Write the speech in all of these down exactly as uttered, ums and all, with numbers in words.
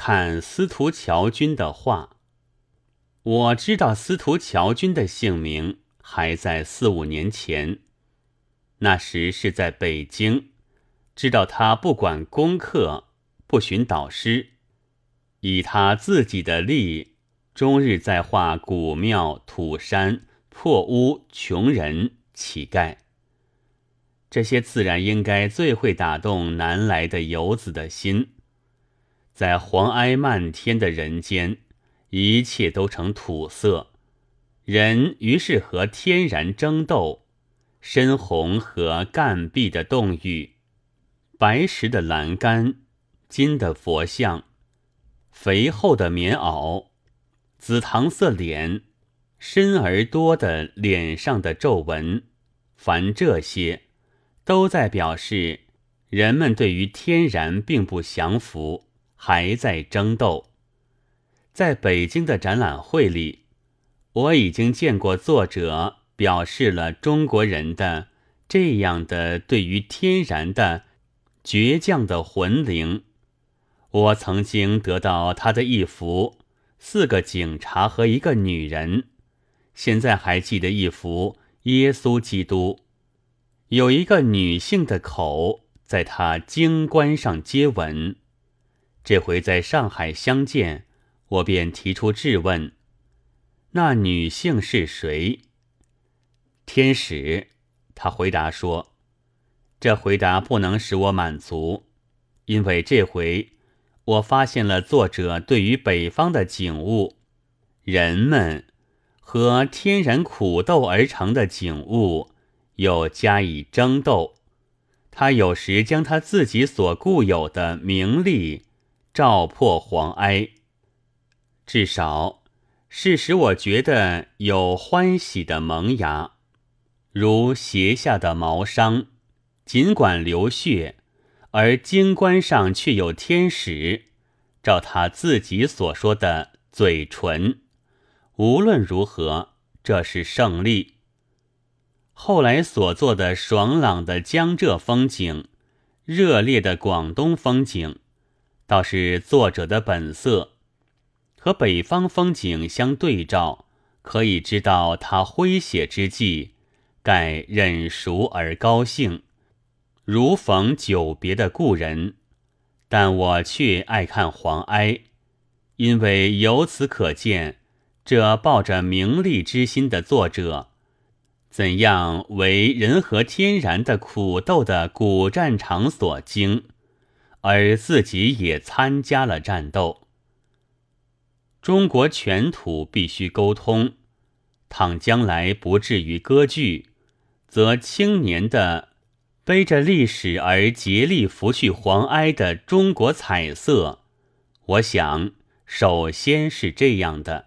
看司徒乔君的画。我知道司徒乔君的姓名还在四五年前，那时是在北京，知道他不管功课，不寻导师，以他自己的力，终日在画古庙、土山、破屋、穷人、乞丐。这些自然应该最会打动南来的游子的心。在黄埃漫天的人间，一切都成土色，人于是和天然争斗，深红和干壁的洞宇，白石的栏杆，金的佛像，肥厚的棉袄，紫糖色脸，深而多的脸上的皱纹，凡这些都在表示人们对于天然并不降服，还在争斗。在北京的展览会里，我已经见过作者表示了中国人的这样的对于天然的倔强的魂灵。我曾经得到他的一幅四个警察和一个女人，现在还记得一幅耶稣基督，有一个女性的口在他经冠上接吻。这回在上海相见，我便提出质问，那女性是谁？天使，他回答说。这回答不能使我满足，因为这回我发现了作者对于北方的景物，人们和天然苦斗而成的景物又加以争斗。他有时将他自己所固有的名利照破黄埃，至少是使我觉得有欢喜的萌芽，如胁下的毛伤，尽管流血，而经冠上却有天使，照他自己所说的嘴唇。无论如何，这是胜利。后来所做的爽朗的江浙风景，热烈的广东风景，倒是作者的本色，和北方风景相对照，可以知道他诙谐之际，盖忍熟而高兴，如逢久别的故人。但我却爱看黄埃，因为由此可见，这抱着名利之心的作者，怎样为人和天然的苦斗的古战场所惊，而自己也参加了战斗。中国全土必须沟通，倘将来不至于割据，则青年的背着历史而竭力拂去黄埃的中国彩色，我想首先是这样的。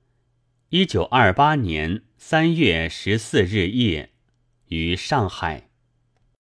一九二八年三月十四日夜，于上海。